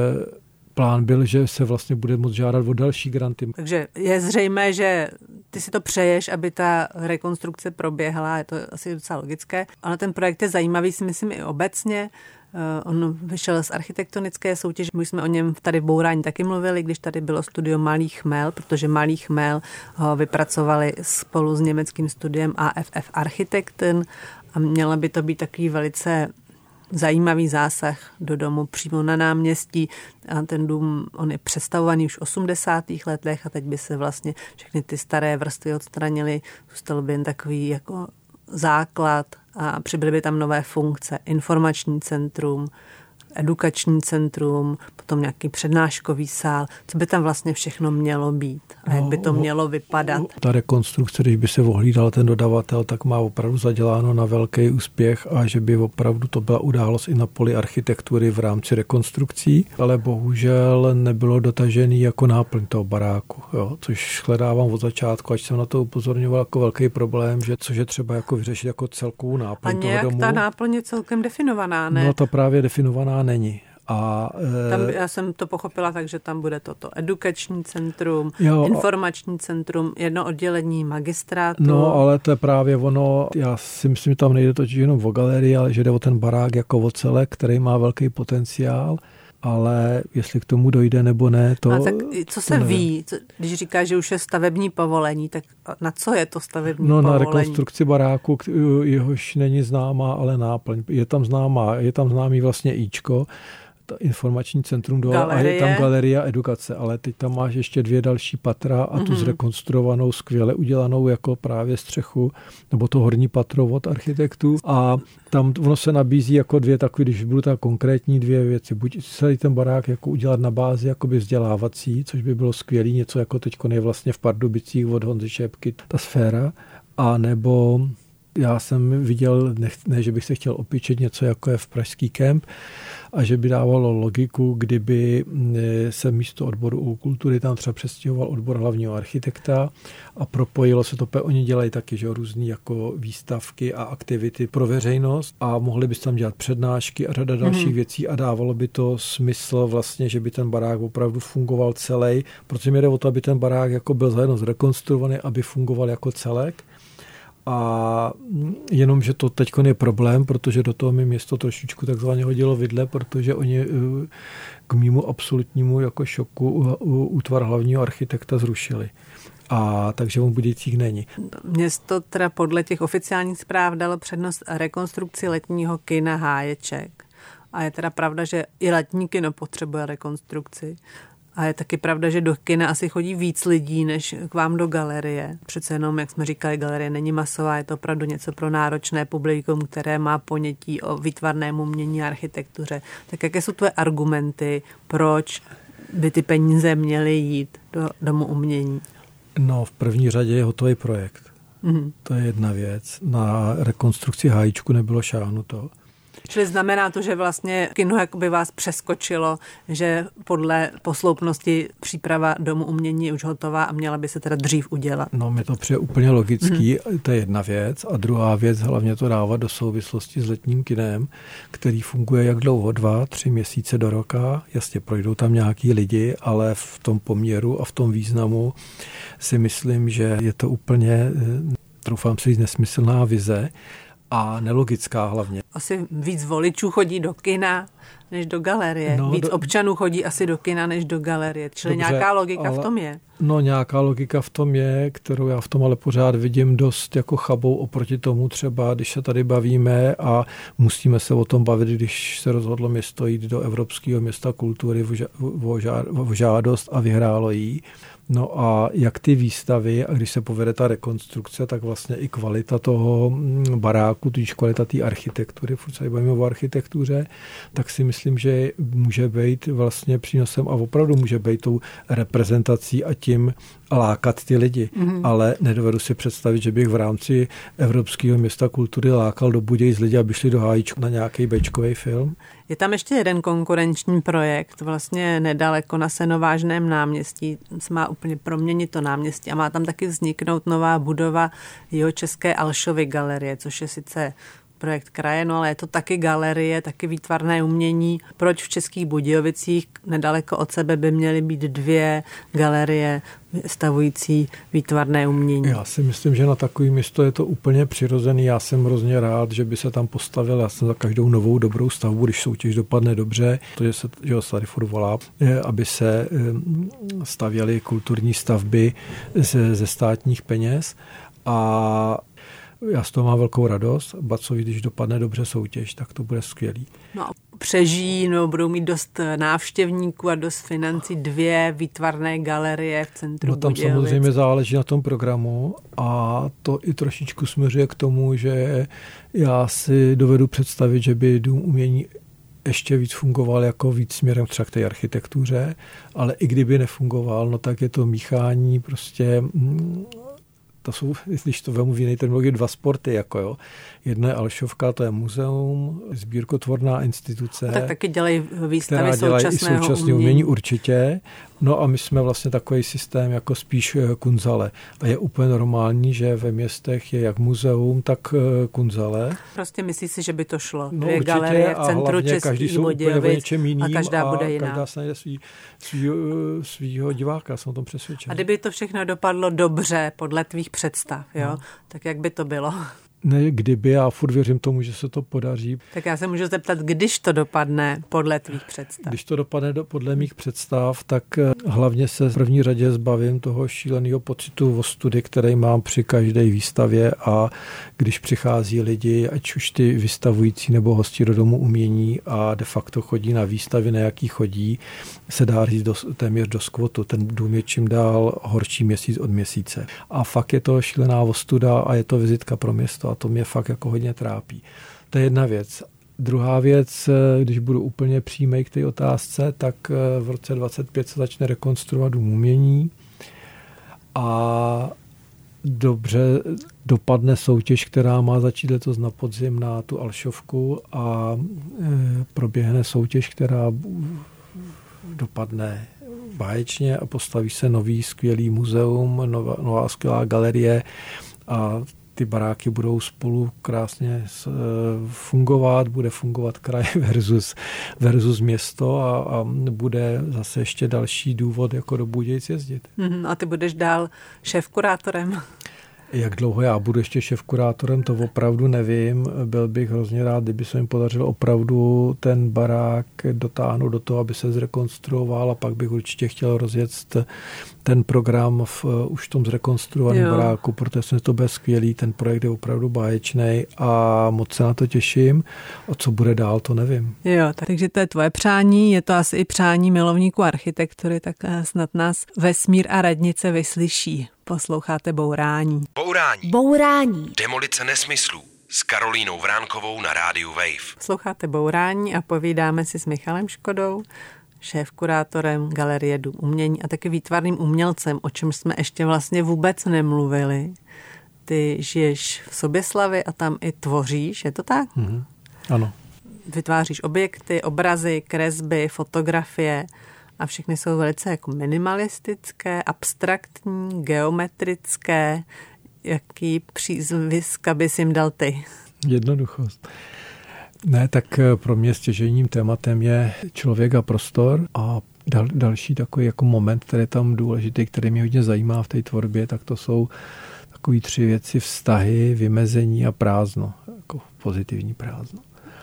plán byl, že se vlastně bude moct žádat o další granty. Takže je zřejmé, že ty si to přeješ, aby ta rekonstrukce proběhla, je to asi docela logické, ale ten projekt je zajímavý, si myslím i obecně. On vyšel z architektonické soutěže, my jsme o něm tady v Bourání taky mluvili, když tady bylo studio Malý chmel, protože Malý chmel ho vypracovali spolu s německým studiem A F F Architekten a měla by to být takový velice zajímavý zásah do domu přímo na náměstí. A ten dům, on je přestavovaný už v osmdesátých letech a teď by se vlastně všechny ty staré vrstvy odstranily. Zůstalo by jen takový jako základ a přibyly by tam nové funkce. Informační centrum, edukační centrum, potom nějaký přednáškový sál. Co by tam vlastně všechno mělo být a jak by to mělo vypadat? Ta rekonstrukce, když by se ohlídal ten dodavatel, tak má opravdu zaděláno na velký úspěch a že by opravdu to byla událost i na poli architektury v rámci rekonstrukcí, ale bohužel nebylo dotažený jako náplň toho baráku, jo? Což shledávám od začátku, až jsem na to upozorňoval jako velký problém, že což je třeba jako vyřešit jako celkovou náplň toho domu. A nějak ta náplň je celkem definovaná, ne? No ta právě definovaná není. A, tam, já jsem to pochopila tak, že tam bude toto edukační centrum, jo, informační centrum, jedno oddělení magistrátu. No, ale to je právě ono, já si myslím, že tam nejde totiž jenom o galerii, ale že jde o ten barák jako o celek, který má velký potenciál, ale jestli k tomu dojde nebo ne, to... A tak co se ví, co, když říká, že už je stavební povolení, tak na co je to stavební no, povolení? No na rekonstrukci baráku, jehož není známá, ale náplň. Je tam známá, je tam známý vlastně íčko, informační centrum dole galerie. A je tam galerie a edukace, ale teď tam máš ještě dvě další patra a tu mm-hmm. zrekonstruovanou, skvěle udělanou jako právě střechu, nebo to horní patro od architektů a tam ono se nabízí jako dvě takové, když budu tak konkrétní dvě věci. Buď celý ten barák jako udělat na bázi jakoby vzdělávací, což by bylo skvělý, něco jako teďko je vlastně v Pardubicích od Honzy Šépky, ta sféra, a nebo já jsem viděl, ne, ne, že bych se chtěl opičit něco jako je v Pražský kemp a že by dávalo logiku, kdyby se místo odboru kultury tam třeba přestěhoval odbor hlavního architekta a propojilo se to, oni dělají taky, že různý jako výstavky a aktivity pro veřejnost a mohli by tam dělat přednášky a řada dalších mm-hmm. věcí a dávalo by to smysl vlastně, že by ten barák opravdu fungoval celý, protože mi jde o to, aby ten barák jako byl zajedno zrekonstruovaný, aby fungoval jako celek. A jenom, že to teď je problém, protože do toho mi město trošičku takzvaně hodilo vidle, protože oni k mému absolutnímu jako šoku útvar hlavního architekta zrušili. A takže on Budějcích není. Město teda podle těch oficiálních zpráv dalo přednost rekonstrukci letního kina Háječek. A je teda pravda, že i letní kino potřebuje rekonstrukci. A je taky pravda, že do kina asi chodí víc lidí, než k vám do galerie. Přece jenom, jak jsme říkali, galerie není masová, je to opravdu něco pro náročné publikum, které má ponětí o výtvarném umění a architektuře. Tak jaké jsou tvoje argumenty, proč by ty peníze měly jít do Domu umění? No, v první řadě je hotový projekt. Mm-hmm. To je jedna věc. Na rekonstrukci Hájíčku nebylo šáhnuto. Čili znamená to, že vlastně kino jakoby vás přeskočilo, že podle posloupnosti příprava Domu umění je už hotová a měla by se teda dřív udělat. No, mi to přijde úplně logický, hmm. to je jedna věc. A druhá věc, hlavně to dávat do souvislosti s letním kinem, který funguje jak dlouho, dva, tři měsíce do roka. Jasně, projdou tam nějaký lidi, ale v tom poměru a v tom významu si myslím, že je to úplně, troufám si říct, nesmyslná vize. A nelogická hlavně. Asi víc voličů chodí do kina, než do galerie. No, víc do... občanů chodí asi do kina, než do galerie. Čili Dobře, nějaká logika ale... v tom je. No nějaká logika v tom je, kterou já v tom ale pořád vidím dost jako chabou oproti tomu třeba, když se tady bavíme a musíme se o tom bavit, když se rozhodlo město jít do Evropského města kultury v žádost a vyhrálo jí. No a jak ty výstavy, a když se povede ta rekonstrukce, tak vlastně i kvalita toho baráku, tudíž kvalita té architektury, furt se bavíme o architektuře, tak si myslím, že může být vlastně přínosem a opravdu může být tou reprezentací a tím lákat ty lidi. Mm-hmm. Ale nedovedu si představit, že bych v rámci Evropského města kultury lákal do Budějic lidi, aby šli do Hájíčku na nějaký béčkový film. Je tam ještě jeden konkurenční projekt, vlastně nedaleko na Senovážném náměstí. Se má úplně proměnit to náměstí a má tam taky vzniknout nová budova Jihočeské Alšovy galerie, což je sice projekt kraje, no ale je to taky galerie, taky výtvarné umění. Proč v Českých Budějovicích nedaleko od sebe by měly být dvě galerie stavující výtvarné umění? Já si myslím, že na takový místo je to úplně přirozený. Já jsem hrozně rád, že by se tam postavil. Já jsem za každou novou dobrou stavbu, když soutěž dopadne dobře, protože se že tady furt volá, aby se stavěly kulturní stavby ze, ze státních peněz. A já z toho mám velkou radost. Bacovi, když dopadne dobře soutěž, tak to bude skvělý. No a přežijí, no, budou mít dost návštěvníků a dost financí dvě výtvarné galerie v centru No tam Budějovic. Samozřejmě záleží na tom programu a to i trošičku směřuje k tomu, že já si dovedu představit, že by Dům umění ještě víc fungoval jako víc směrem třeba k té architektuře, ale i kdyby nefungoval, no tak je to míchání prostě... To jsou, když to vemu v jiné terminologii, dva sporty. Jako jo. Jedna je Alšovka, to je muzeum, sbírkotvorná instituce. Tak taky dělají výstavy která dělají současného i současné umění. umění určitě. No a my jsme vlastně takový systém jako spíš kunzale. A je úplně normální, že ve městech je jak muzeum, tak kunzale. Prostě myslíš si, že by to šlo? No Dvě galerie v centru Českých Budějovic a každá a bude jiná. každá se najde svý, svýho, svýho diváka, jsem o tom přesvědčen. A kdyby to všechno dopadlo dobře podle tvých představ, jo? No. Tak jak by to bylo? Ne, kdyby, já furt věřím tomu, že se to podaří. Tak já se můžu zeptat, když to dopadne podle tvých představ? Když to dopadne do, podle mých představ, tak hlavně se v první řadě zbavím toho šíleného pocitu ostudy, který mám při každé výstavě, a když přichází lidi, ať už ty vystavující nebo hosti do domu umění a de facto chodí na výstavy, na jaký chodí, se dá říct do, téměř do skvotu. Ten dům je čím dál horší měsíc od měsíce. A fakt je to šílená ostuda a je to vizitka pro město a to mě fakt jako hodně trápí. To je jedna věc. Druhá věc, když budu úplně přímej k té otázce, tak v roce dvacet pět se začne rekonstruovat dům umění a dobře dopadne soutěž, která má začít letos na podzim na tu Alšovku a proběhne soutěž, která dopadne báječně a postaví se nový skvělý muzeum, nová, nová skvělá galerie a ty baráky budou spolu krásně fungovat, bude fungovat kraj versus, versus město a, a bude zase ještě další důvod, jako do Budějic jezdit. Mm, a ty budeš dál šéfkurátorem? Jak dlouho já budu ještě šéfkurátorem, to opravdu nevím. Byl bych hrozně rád, kdyby se mi podařilo opravdu ten barák dotáhnout do toho, aby se zrekonstruoval, a pak bych určitě chtěl rozjet ten program v už tom zrekonstruovaném baráku, protože jsem to byl skvělý, ten projekt je opravdu báječný a moc se na to těším. A co bude dál, to nevím. Jo, takže to je tvoje přání, je to asi i přání milovníků architektury, tak snad nás vesmír a radnice vyslyší. Posloucháte Bourání. Bourání. Bourání. Demolice nesmyslů s Karolínou Vránkovou na rádiu Wave. Posloucháte Bourání a povídáme si s Michalem Škodou, šéfkurátorem Galerie Dům umění a taky výtvarným umělcem, o čem jsme ještě vlastně vůbec nemluvili. Ty žiješ v Soběslavi a tam i tvoříš, je to tak? Mm-hmm. Ano. Vytváříš objekty, obrazy, kresby, fotografie a všechny jsou velice jako minimalistické, abstraktní, geometrické. Jaký přízviska bys jim dal ty? Jednoduchost. Ne, tak pro mě stěžejním tématem je člověk a prostor a dal, další takový jako moment, který je tam důležitý, který mě hodně zajímá v té tvorbě, tak to jsou takový tři věci: vztahy, vymezení a prázdno, jako pozitivní prázdno.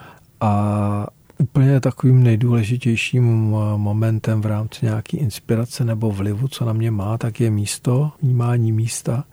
A úplně takovým nejdůležitějším momentem v rámci nějaké inspirace nebo vlivu, co na mě má, tak je místo, vnímání místa.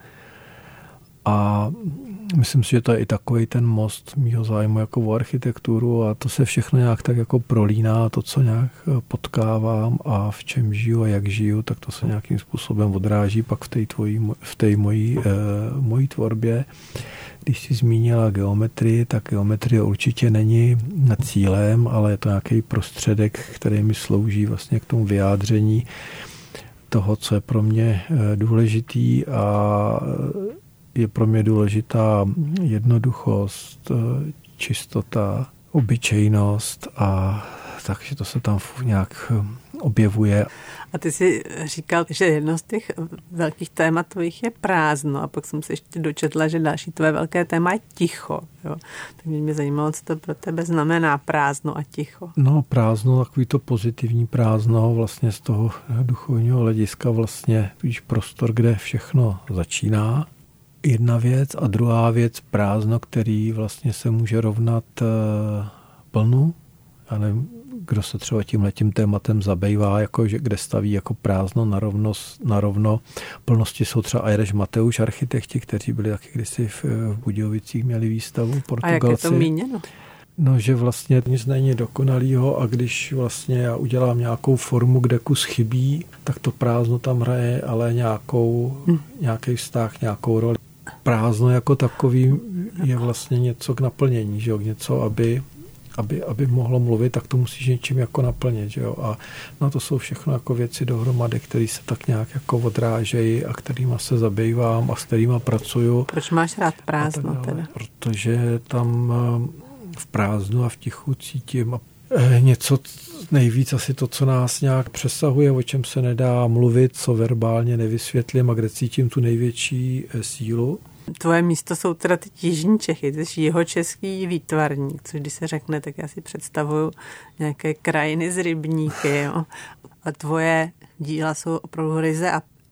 A myslím si, že to je i takový ten most mýho zájmu jako o architekturu a to se všechno nějak tak jako prolíná, to, co nějak potkávám a v čem žiju a jak žiju, tak to se nějakým způsobem odráží pak v té tvojí, v té mojí, eh, mojí tvorbě. Když jsi zmínila geometrii, tak geometrie určitě není cílem, ale je to nějaký prostředek, který mi slouží vlastně k tomu vyjádření toho, co je pro mě důležitý, a je pro mě důležitá jednoduchost, čistota, obyčejnost, a takže to se tam nějak objevuje. A ty jsi říkal, že jedno z těch velkých témat tvojich je prázdno, a pak jsem se ještě dočetla, že další tvoje velké téma je ticho. Jo? Tak mě, mě zajímalo, co to pro tebe znamená prázdno a ticho. No, prázdno, takový to pozitivní prázdno, vlastně z toho duchovního hlediska vlastně víš, prostor, kde všechno začíná. Jedna věc, a druhá věc prázdno, který vlastně se může rovnat uh, plnu. Já nevím, kdo se třeba tímhletím tématem zabývá, jako, že, kde staví jako prázdno na, rovnost, na rovno plnosti, jsou třeba Ajreš Mateuš, architekti, kteří byli taky kdysi v, v Budějovicích, měli výstavu Portugalci. A jak je to míněno? No, že vlastně nic není dokonalýho, a když vlastně já udělám nějakou formu, kde kus chybí, tak to prázdno tam hraje, ale nějakou, hm. nějaký vztah, nějakou roli. Prázdno jako takový je vlastně něco k naplnění, že jo? Něco, aby, aby, aby mohlo mluvit, tak to musíš něčím jako naplnit, že jo? A no, to jsou všechno jako věci dohromady, které se tak nějak jako odrážejí a kterýma se zabývám a s kterýma pracuju. Proč máš rád prázdno teda? Protože tam v prázdnu a v tichu cítím něco nejvíc, asi to, co nás nějak přesahuje, o čem se nedá mluvit, co verbálně nevysvětlím a kde cítím tu největší sílu. Tvoje místo jsou teda ty jižní Čechy, ty jsi jihočeský výtvarník, což když se řekne, tak já si představuju nějaké krajiny z rybníky, jo. A tvoje díla jsou opravdu ryze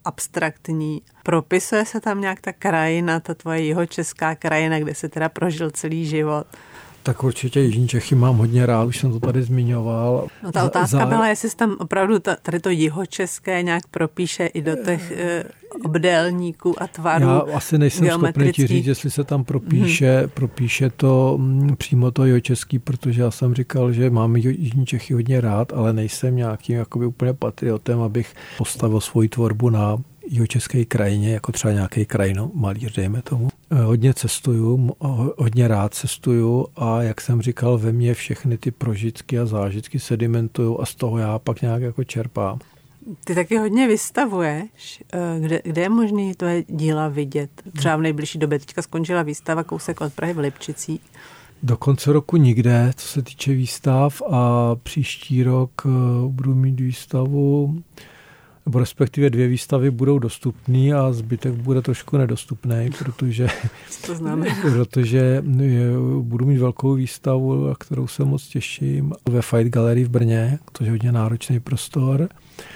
abstraktní. Propisuje se tam nějak ta krajina, ta tvoje jihočeská krajina, kde jsi teda prožil celý život? Tak určitě Jižní Čechy mám hodně rád, už jsem to tady zmiňoval. No ta otázka za... byla, jestli tam opravdu ta, tady to jihočeské nějak propíše i do těch e, obdélníků a tvarů. Já asi nejsem schopný ti říct, jestli se tam propíše, hmm. propíše to m, přímo to jihočeský, protože já jsem říkal, že mám Jižní Čechy hodně rád, ale nejsem nějakým jakoby úplně patriotem, abych postavil svoji tvorbu na jihočeské krajině, jako třeba nějaký krajino malíř, dejme tomu. Hodně cestuju, hodně rád cestuju a jak jsem říkal, ve mně všechny ty prožitky a zážitky sedimentují a z toho já pak nějak jako čerpám. Ty taky hodně vystavuješ. Kde, kde je možné tvoje díla vidět? Třeba v nejbližší době. Teďka skončila výstava kousek od Prahy v Lipčicích. Do konce roku nikde, co se týče výstav, a příští rok budu mít výstavu, nebo respektive dvě výstavy budou dostupné a zbytek bude trošku nedostupný, protože, to znamená? protože budu mít velkou výstavu, na kterou se moc těším, ve Fight Gallery v Brně, to je hodně náročný prostor.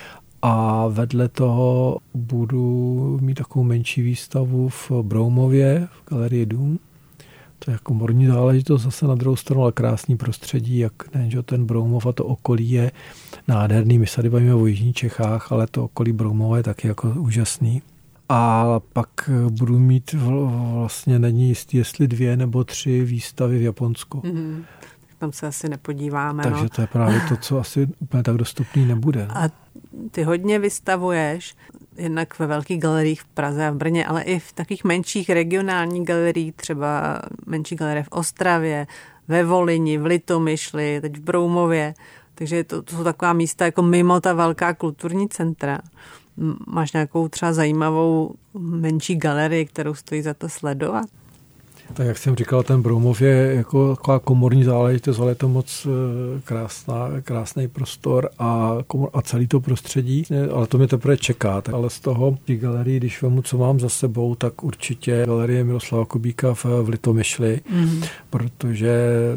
A vedle toho budu mít takovou menší výstavu v Broumově, v Galerii Dům. To je jako morní záležitost, zase na druhou stranu, ale krásný prostředí, jak ne, že ten Broumov a to okolí je nádherný. My se tady bavíme o Jižních Čechách, ale to okolí Broumova je taky jako úžasný. A pak budu mít vlastně, není jistý, jestli dvě nebo tři výstavy v Japonsku. Mm-hmm. Tam se asi nepodíváme. Takže no. to je právě to, co asi úplně tak dostupný nebude. No. A ty hodně vystavuješ, jednak ve velkých galeriích v Praze a v Brně, ale i v takových menších regionálních galeriích, třeba menší galerie v Ostravě, ve Volyni, v Litomyšli, teď v Broumově. Takže to, to jsou taková místa jako mimo ta velká kulturní centra. Máš nějakou třeba zajímavou menší galerii, kterou stojí za to sledovat? Tak jak jsem říkal, ten Broumov je jako taková komorní záležitost, ale je to moc krásná, krásný prostor a, a celý to prostředí, ale to mě teprve čeká. Ale z toho těch galerií, když vemu, co mám za sebou, tak určitě galerie Miroslava Kubíka v, v Litomyšli, mm-hmm. protože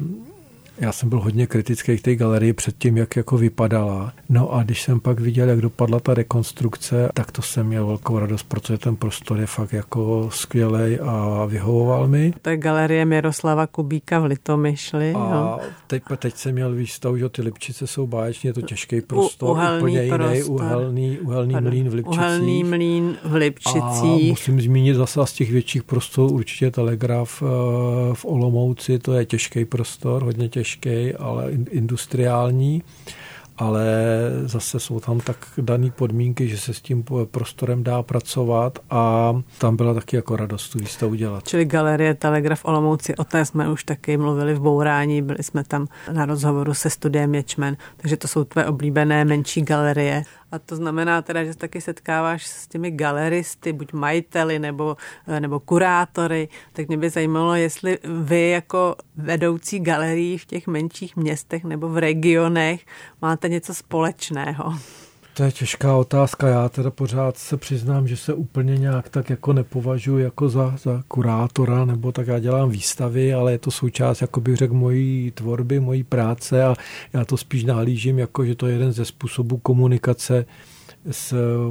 já jsem byl hodně kritický k té galerii před tím, jak jako vypadala. No a když jsem pak viděl, jak dopadla ta rekonstrukce, tak to jsem měl velkou radost, protože ten prostor je fakt jako skvělej a vyhovoval mi. To je galerie Miroslava Kubíka v Litomyšli. A no. teď, teď jsem měl výstavu, že ty Lipčice jsou báječně, je to těžký prostor, uhelný úplně prostor. jiný, uhelný, uhelný mlýn v Lipčicích. Uhelný mlýn v Lipčicích. A musím zmínit zase z těch větších prostorů určitě Telegraf v Olomouci, to je těžký prostor, hodně těžký. Těžký, ale industriální, ale zase jsou tam tak dané podmínky, že se s tím prostorem dá pracovat a tam byla taky jako radost tu výstavu dělat. Čili galerie Telegraf Olomouci, o té jsme už taky mluvili v Bourání, byli jsme tam na rozhovoru se studiem Ječmen, takže to jsou tvé oblíbené menší galerie. A to znamená teda, že se taky setkáváš s těmi galeristy, buď majiteli nebo, nebo kurátory, tak mě by zajímalo, jestli vy jako vedoucí galerií v těch menších městech nebo v regionech máte něco společného. To je těžká otázka. Já teda pořád se přiznám, že se úplně nějak tak jako nepovažuji jako za, za kurátora, nebo tak já dělám výstavy, ale je to součást, jako bych řekl, mojí tvorby, mojí práce a já to spíš nahlížím jako, že to je jeden ze způsobů komunikace s,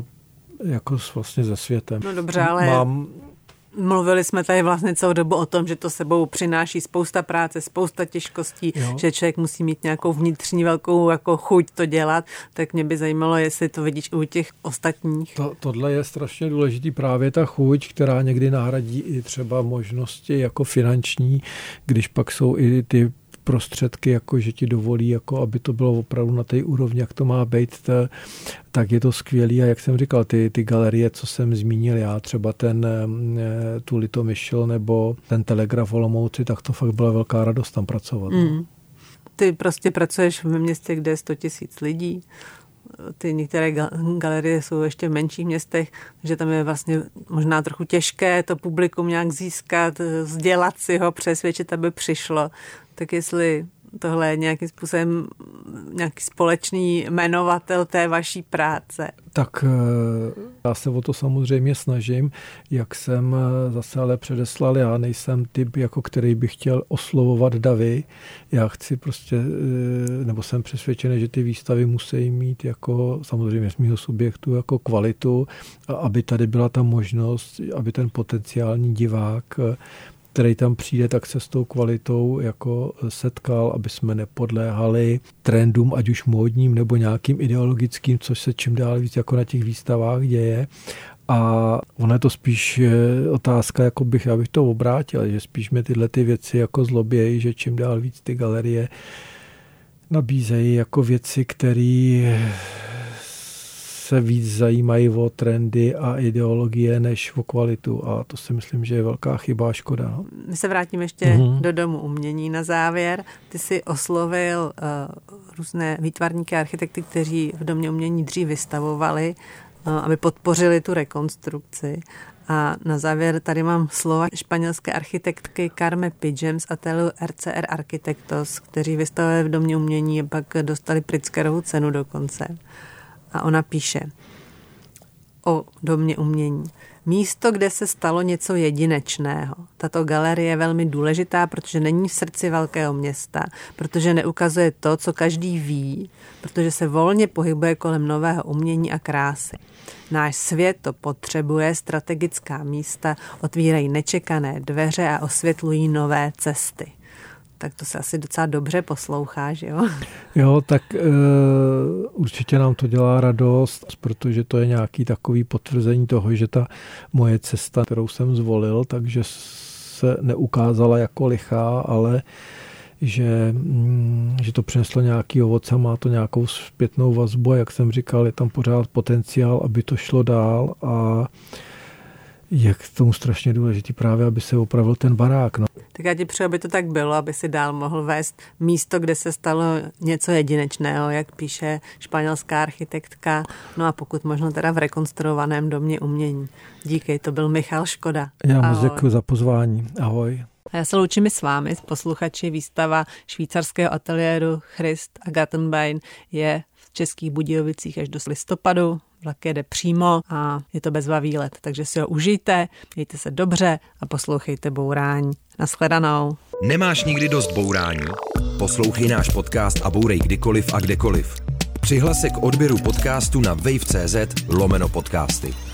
jako s, vlastně se světem. No dobře, ale... Mám... Mluvili jsme tady vlastně celou dobu o tom, že to sebou přináší spousta práce, spousta těžkostí, jo. Že člověk musí mít nějakou vnitřní velkou jako chuť to dělat, tak mě by zajímalo, jestli to vidíš u těch ostatních. To, tohle je strašně důležitý, právě ta chuť, která někdy nahradí i třeba možnosti jako finanční, když pak jsou i ty prostředky, jako že ti dovolí, jako aby to bylo opravdu na té úrovni, jak to má být, ta, tak je to skvělý. A jak jsem říkal, ty, ty galerie, co jsem zmínil já, třeba ten tu Litomyšl nebo ten Telegraf v Olomouci, tak to fakt byla velká radost tam pracovat. Mm. Ty prostě pracuješ ve městě, kde je sto tisíc lidí. Ty některé galerie jsou ještě v menších městech, že tam je vlastně možná trochu těžké to publikum nějak získat, sdělat si ho, přesvědčit, aby přišlo. Tak jestli tohle je nějakým způsobem nějaký společný jmenovatel té vaší práce. Tak já se o to samozřejmě snažím, jak jsem zase ale předeslal, já nejsem typ, jako který by chtěl oslovovat davy. Já chci prostě, nebo jsem přesvědčený, že ty výstavy musí mít jako samozřejmě z mýho subjektu jako kvalitu, aby tady byla ta možnost, aby ten potenciální divák, který tam přijde, tak se s tou kvalitou jako setkal, aby jsme nepodléhali trendům, ať už módním nebo nějakým ideologickým, což se čím dál víc jako na těch výstavách děje. A ono je to spíš otázka, jako bych, já bych to obrátil, že spíš mě tyhle ty věci jako zlobějí, že čím dál víc ty galerie nabízejí jako věci, které se víc zajímají o trendy a ideologie než o kvalitu a to si myslím, že je velká chyba a škoda. No. My se vrátíme ještě mm-hmm. do Domu umění na závěr. Ty jsi oslovil uh, různé výtvarníky a architekty, kteří v Domě umění dřív vystavovali, uh, aby podpořili tu rekonstrukci. A na závěr tady mám slova španělské architektky Carme Pidgem z ateliéru R C R Architectos, kteří vystavovali v Domě umění a pak dostali Pritzkerovu cenu dokonce. A ona píše o Domě umění. Místo, kde se stalo něco jedinečného. Tato galerie je velmi důležitá, protože není v srdci velkého města, protože neukazuje to, co každý ví, protože se volně pohybuje kolem nového umění a krásy. Náš svět to potřebuje, strategická místa otvírají nečekané dveře a osvětlují nové cesty. Tak to se asi docela dobře poslouchá, že jo? Jo, tak e, určitě nám to dělá radost, protože to je nějaký takový potvrzení toho, že ta moje cesta, kterou jsem zvolil, takže se neukázala jako lichá, ale že, mm, že to přineslo nějaký ovoce, má to nějakou zpětnou vazbu a jak jsem říkal, je tam pořád potenciál, aby to šlo dál a je k tomu strašně důležitý právě, aby se opravil ten barák. No. Tak já ti přeju, aby to tak bylo, aby si dál mohl vést místo, kde se stalo něco jedinečného, jak píše španělská architektka, no a pokud možno teda v rekonstruovaném Domě umění. Díky, to byl Michal Škoda. Já moc děkuji za pozvání. Ahoj. A já se loučím i s vámi, posluchači. Výstava švýcarského ateliéru Christ a Gartenbein je v Českých Budějovicích až do listopadu. Vlak jede přímo a je to bezva výlet, takže si ho užijte, mějte se dobře a poslouchejte Bourání. Naschledanou. Nemáš nikdy dost bourání? Poslouchej náš podcast a bourej kdykoliv a kdekoliv. Přihlas se k odběru podcastu na wave tečka cz lomeno podcasty.